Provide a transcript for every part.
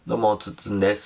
どうも、つっつんです。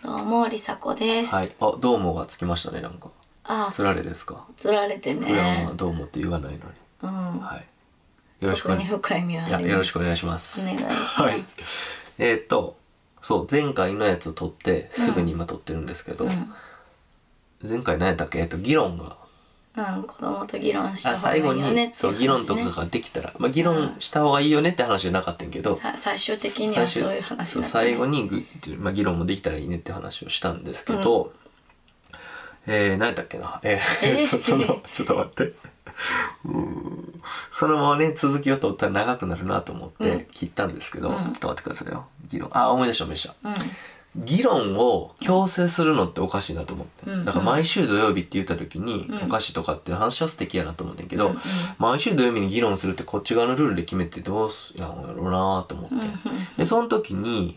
どうも、りさこです。 はい。あ、どうもがつきましたね、なんか。 あ、 つられですか。 つられて普段はね。 どうもって言わないのに。 うん。 はい。よろしく特に深い意味はあります。 よろしくお願いします。 お願いします。 はい。そう、前回のやつを撮って、すぐに今撮ってるんですけど、前回何やったっけ議論が。 子供と議論した方が最後に、 いいよねっていう話、ね。 そう、議論とかができたら、議論した方がいいよねって話じゃなかったんやけど、 最終的にはそういう話になった、ね。 最後に議論もできたらいいねって話をしたんですけど、何やったっけな。ちょっと待って。そのままね、続きを取ったら長くなるなと思って切ったんですけど、ちょっと待ってくださいよ。議論。思い出した。議論を強制するのっておかしいなと思って。だから毎週土曜日って言った時に、お菓子とかっていう話は素敵やなと思ってんけど、毎週土曜日に議論するってこっち側のルールで決めてどうやろうなと思って。で、その時に、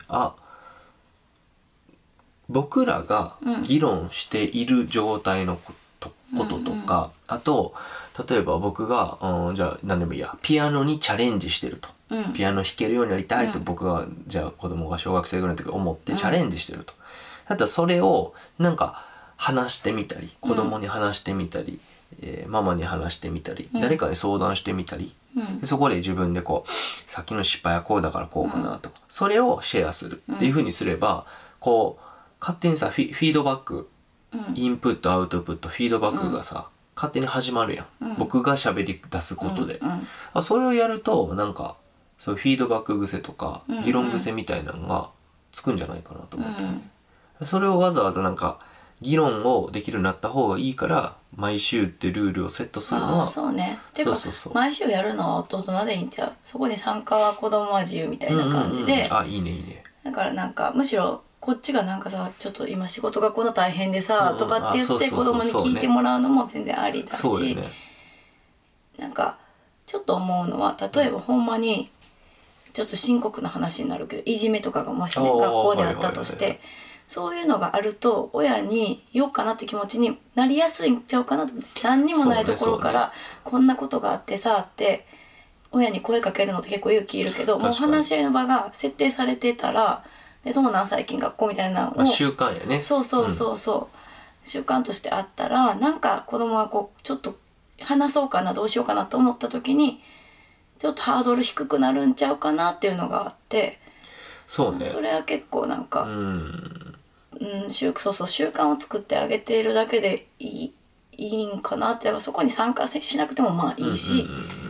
僕らが議論している状態のこととか、あと例えば僕が、じゃあ何でもいいや、ピアノにチャレンジしてると、ピアノ弾けるようになりたいと僕が、じゃあ子供が小学生ぐらいの時思ってチャレンジしてると、だったらそれをなんか話してみたり、子供に話してみたり、ママに話してみたり、誰かに相談してみたり、でそこで自分でこうさっきの失敗はこうだからこうかなとか、それをシェアするっていう風にすれば、こう勝手にさフィードバック、インプットアウトプットフィードバックがさ、勝手に始まるやん、僕が喋り出すことで、それをやるとなんかそういうフィードバック癖とか、議論癖みたいなのがつくんじゃないかなと思って、それをわざわざなんか議論をできるようになった方がいいから毎週ってルールをセットするのは、 そうね。てか毎週やるのは大人でいいんちゃう。そこに参加は子供は自由みたいな感じで、 いいねいいね。 だからなんかむしろこっちがなんかさ、ちょっと今仕事がこんな大変でさ、とかって言って子供に聞いてもらうのも全然ありだし、なんかちょっと思うのは、例えばほんまにちょっと深刻な話になるけど、いじめとかがもしね学校であったとして、そういうのがあると親に言おうかなって気持ちになりやすいんちゃうかなと。何にもないところからこんなことがあってさって親に声かけるのって結構勇気いるけど、もう話し合いの場が設定されてたら、でそうなん最近学校みたいなのを、 習慣やね。 習慣としてあったら、なんか子供がこうちょっと話そうかな、どうしようかなと思った時にちょっとハードル低くなるんちゃうかなっていうのがあって、 そうね。 それは結構なんか習慣を作ってあげているだけでいいんかなって。そこに参加しなくてもまあいいし、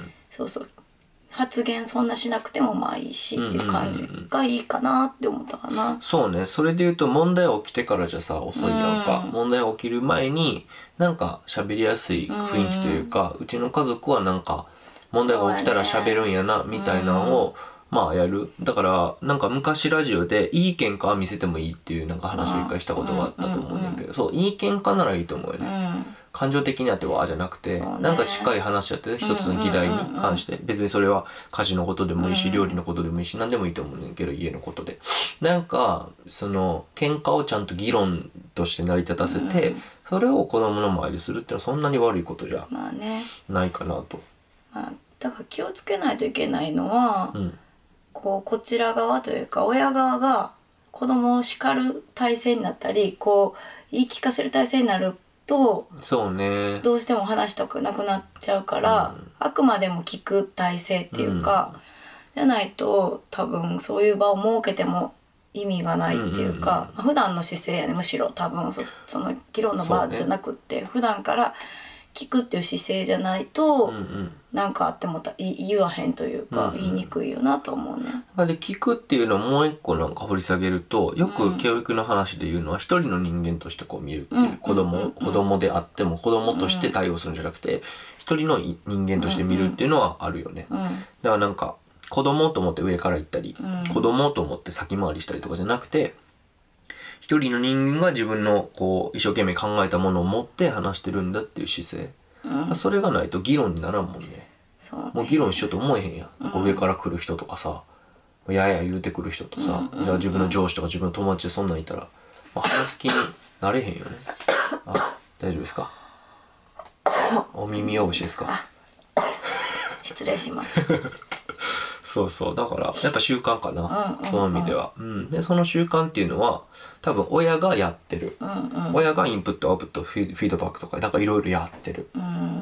発言そんなしなくてもまあいいしっていう感じがいいかなって思ったかな。 そうね。それで言うと問題起きてからじゃさ遅いやんか。問題起きる前になんか喋りやすい雰囲気というか、うちの家族はなんか問題が起きたら喋るんやなみたいなのをまあやる。だからなんか昔ラジオでいい喧嘩は見せてもいいっていうなんか話を一回したことがあったと思うんだけど、そういい喧嘩ならいいと思うよね。感情的にあってはじゃなくて、なんかしっかり話し合って一つの議題に関して、別にそれは家事のことでもいいし、料理のことでもいいし、何でもいいと思うんだけど、家のことでなんかその喧嘩をちゃんと議論として成り立たせて、それを子供の前でするっていうのはそんなに悪いことじゃないかなと。 だから気をつけないといけないのは、こちら側というか親側が子供を叱る体制になったり、こう言い聞かせる体制になると、 そうね、 どうしても話したくなくなっちゃうから、あくまでも聞く体制っていうか、じゃないと多分そういう場を設けても意味がないっていうか、普段の姿勢やね。むしろ多分その議論の場じゃなくって、普段から聞くっていう姿勢じゃないと、なんかあっても言わへんというか、言いにくいよなと思うね。 で聞くっていうのをもう一個なんか掘り下げると、よく教育の話で言うのは一人の人間としてこう見るっていう、子供であっても子供として対応するんじゃなくて、一人の人間として見るっていうのはあるよね。だからなんか子供と思って上から行ったり、子供と思って先回りしたりとかじゃなくて、一人の人間が自分のこう一生懸命考えたものを持って話してるんだっていう姿勢、それがないと議論にならんもんね。もう議論しようと思えへんやん。上から来る人とかさ、やや言うてくる人とさ、じゃあ自分の上司とか自分の友達でそんなんいたら、話す気になれへんよね。大丈夫ですか？お耳汚しですか？ 失礼します。 そうそう、だからやっぱ習慣かな、 うん、 その意味では、うん、でその習慣っていうのは多分親がやってる、 うん、 親がインプットアウトプットフィードバックとかなんかいろいろやってる、 うん、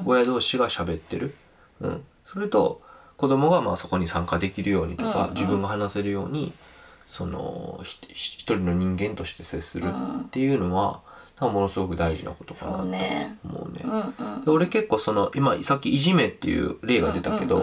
親同士が喋ってる、うん、それと子供がまあそこに参加できるようにとか、自分が話せるようにその一人の人間として接するっていうのは、多分ものすごく大事なことかなと思うね。で俺結構その今さっきいじめっていう例が出たけど、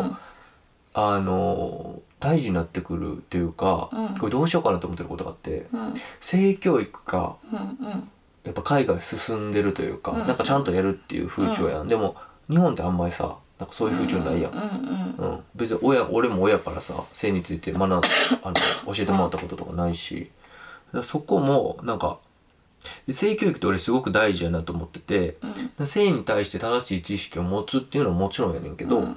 大事になってくるっていうか、これどうしようかなと思ってることがあって、性教育がやっぱ海外進んでるというか、なんかちゃんとやるっていう風潮やん、でも日本ってあんまりさなんかそういう風潮ないやん、別に俺も親からさ性について教えてもらったこととかないし、そこもなんか性教育って俺すごく大事やなと思ってて、性に対して正しい知識を持つっていうのはもちろんやねんけど、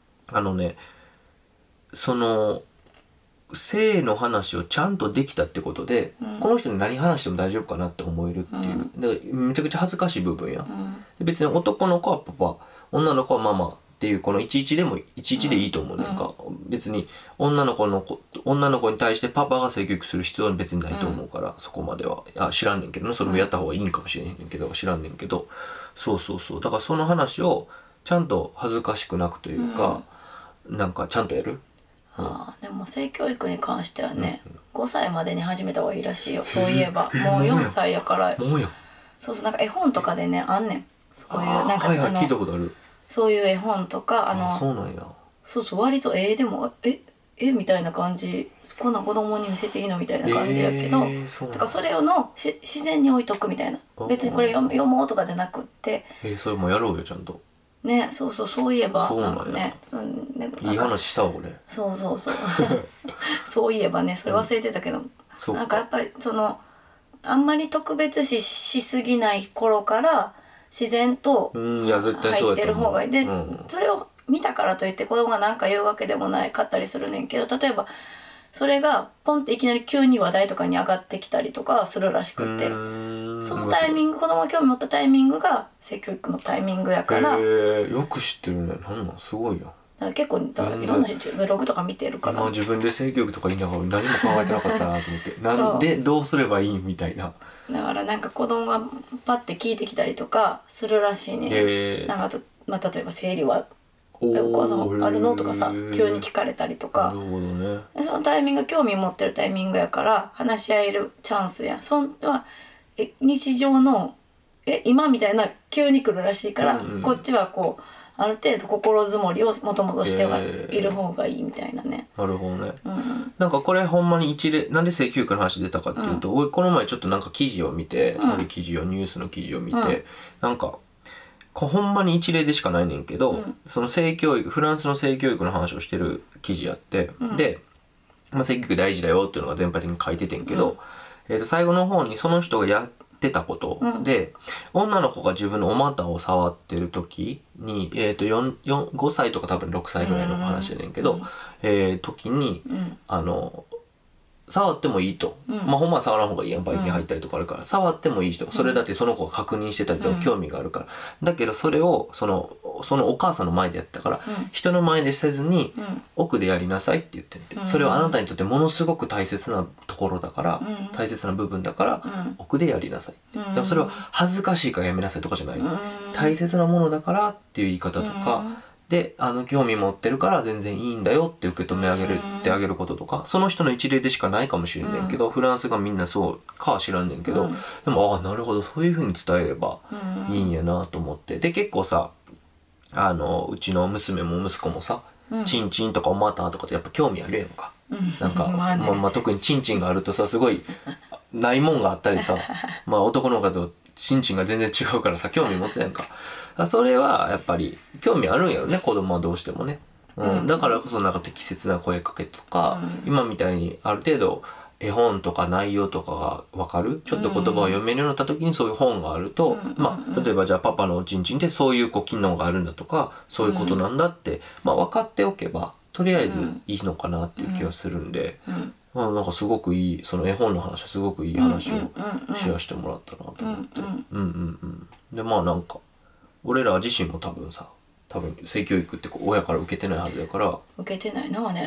その性の話をちゃんとできたってことで、この人に何話しても大丈夫かなって思えるっていう、だからめちゃくちゃ恥ずかしい部分や、で別に男の子はパパ、女の子はママっていうこの11でも11でいいと思うねんか、別に女の子に対してパパが性教育する必要は別にないと思うから、そこまでは知らんねんけどね、それもやった方がいいんかもしれへんねんけど、知らんねんけど、そうそうそう、だからその話をちゃんと恥ずかしくなくというか、なんかちゃんとやる。 でも性教育に関してはね、5歳までに始めた方がいいらしいよ。そういえばもう4歳やからもうや。 そうそう、なんか絵本とかでねあんねん、そういうなんか聞いたことある。 そういう絵本とかそうなんや。 そうそう、割とでもみたいな感じ、こんな子供に見せていいのみたいな感じやけど、だからそれを自然に置いとくみたいな、別にこれ読もうとかじゃなくって、 それもやろうよちゃんとね。そうそう、そういえばなんかね、 いい話したわ俺。 そうそうそうそういえばね、それ忘れてたけど、なんかやっぱりあんまり特別視しすぎない頃から自然と入ってる方がいいで、それを見たからといって子供が何か言うわけでもないかったりするねんけど、例えばそれがポンっていきなり急に話題とかに上がってきたりとかするらしくって、そのタイミング、子供が興味持ったタイミングが性教育のタイミングやから。 よく知ってるね。なんすごいよ。 だから結構いろんなブログとか見てるから、 自分で性教育とか言いながら何も考えてなかったなと思ってなんでどうすればいいみたいな。 だからなんか子供がパッて聞いてきたりとかするらしいね。なんか例えば生理はお母さんあるのとかさ、急に聞かれたりとか、そのタイミング、興味持ってるタイミングやから話し合えるチャンスや。そんは日常の今みたいな急に来るらしいから、こっちはこうある程度心づもりをもともとしてはいる方がいいみたいなね。 なるほどね。なんかこれほんまに一例、なんで性教育の話出たかっていうと、俺この前ちょっとなんか記事を見て、ある記事をニュースの記事を見て、なんかほんまに一例でしかないねんけど、その性教育、フランスの性教育の話をしてる記事やって、で、性教育大事だよっていうのが全般的に書いててんけど、最後の方にその人がやってたことで、女の子が自分のお股を触ってる時に、5歳とか多分6歳ぐらいの話やねんけど、時に触ってもいいと、ほんまは触らん方がいいやん、ばい菌入ったりとかあるから、触ってもいい人、それだってその子が確認してたりとか興味があるから、だけどそれをそのお母さんの前でやったから、人の前でせずに、奥でやりなさいって言ってて、それはあなたにとってものすごく大切なところだから、大切な部分だから、奥でやりなさいって、だからそれは恥ずかしいからやめなさいとかじゃない、大切なものだからっていう言い方とか、で興味持ってるから全然いいんだよって受け止めてあげることとか、その人の一例でしかないかもしれないけど、フランスがみんなそうかは知らんねんけど、でもなるほど、そういう風に伝えればいいんやなと思って、で結構さうちの娘も息子もさ、チンチンとかおまたとかってやっぱ興味あるやんか、なんか特にチンチンがあるとさ、すごいないもんがあったりさ男の子とチンチンが全然違うからさ興味持つやんか。それはやっぱり興味あるんやろね、子供はどうしてもね、だからこそなんか適切な声かけとか、今みたいにある程度絵本とか内容とかが分かる、ちょっと言葉を読めるようになった時にそういう本があると、例えばじゃあパパのおちんちんってそういう機能があるんだとか、そういうことなんだって分かっておけばとりあえずいいのかなっていう気がするんで、なんかすごくいい、その絵本の話はすごくいい話をシェアしてもらったなと思って、でなんか俺ら自身も多分性教育って親から受けてないはずだから、 受けてないのはね、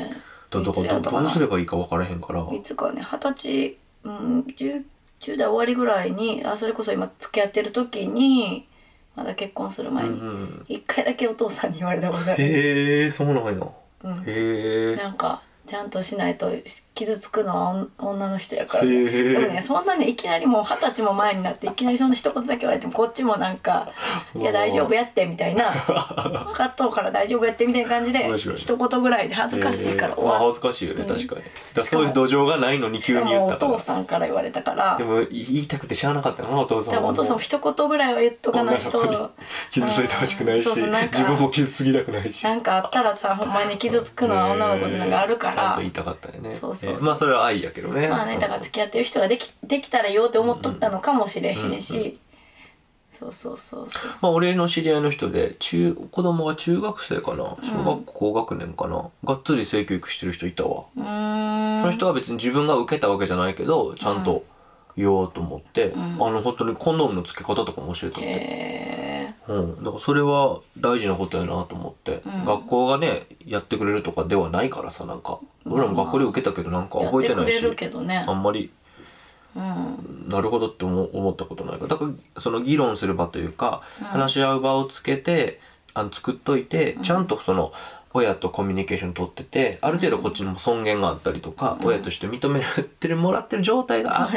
だからどうすればいいか分からへんから。 いつかね、20歳、10代終わりぐらいに、それこそ今付き合ってる時にまだ結婚する前に一回だけお父さんに言われたことある。 へえ、そうなんや。 へえ。なんかちゃんとしないと傷つくのは女の人やから、ね、でもね、そんなね、いきなりもう20歳も前になっていきなりそんな一言だけ言われてもこっちもなんか「いや大丈夫やって」みたいな「分かっとうから大丈夫やって」みたいな感じで一言ぐらいで恥ずかしいから終わる。 恥ずかしいよね、確かに。だそういう土壌がないのに急に言ったから。 お父さんから言われたから。 でも言いたくてしゃあなかったの、お父さんは。 でもお父さんも一言ぐらいは言っとかないと傷ついてほしくないし、自分も傷つきたくないし、 なんかあったらさ、ほんまに傷つくのは女の子でなんかあるから、 ちゃんと言いたかったよね。 そうそうそう。 まあそれは愛やけどね。 まあね、だから付き合ってる人ができたらよって思っとったのかもしれへんし、そうそうそうそう。 まあ俺の知り合いの人で子供が中学生かな、小学校高学年かな、がっつり性教育してる人いたわ。その人は別に自分が受けたわけじゃないけど、ちゃんと言おうと思って、本当にコンドームの付け方とかも教えてて、だからそれは大事なことやなと思って、学校がねやってくれるとかではないからさ、なんか俺らも学校で受けたけどなんか覚えてないし、あんまりなるほどって思ったことないから。だからその議論する場というか、話し合う場をつけて作っといて、ちゃんとその親とコミュニケーション取ってて、ある程度こっちにも尊厳があったりとか、親として認められてもらってる状態があって、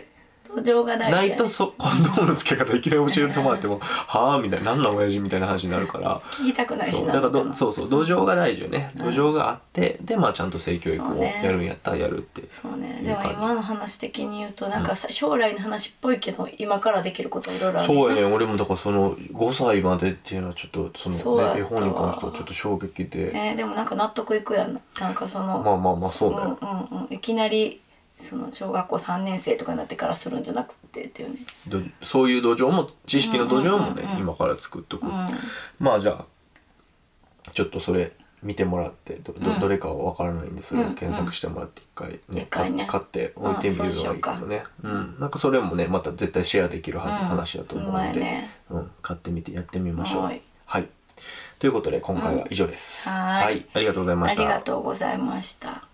土壌がないとコンドームの付け方いきなり教えてもらってもはあみたいな、なんなん親父みたいな話になるから、 聞きたくないしな。 だからそうそう、土壌が大事よね。土壌があってで、まあちゃんと性教育をやるんやったらやるって。 そうね。でも今の話的に言うとなんか将来の話っぽいけど、今からできることいろいろある。 そうやね。俺もだからその5歳までっていうのはちょっとその絵本に関してはちょっと衝撃で。 でもなんか納得いくやんな。なんかそのまあそうだよ。 いきなりその小学校3年生とかになってからするんじゃなくてっていうね。 そういう土壌も、知識の土壌もね、今から作っとく。まあじゃあちょっとそれ見てもらって、どれかは分からないんで、それを検索してもらって一回ね、買って置いてみるのがいいかもね。なんかそれもね、また絶対シェアできる話だと思うので、買ってみてやってみましょう。はい。ということで今回は以上です。はい、ありがとうございました。 ありがとうございました。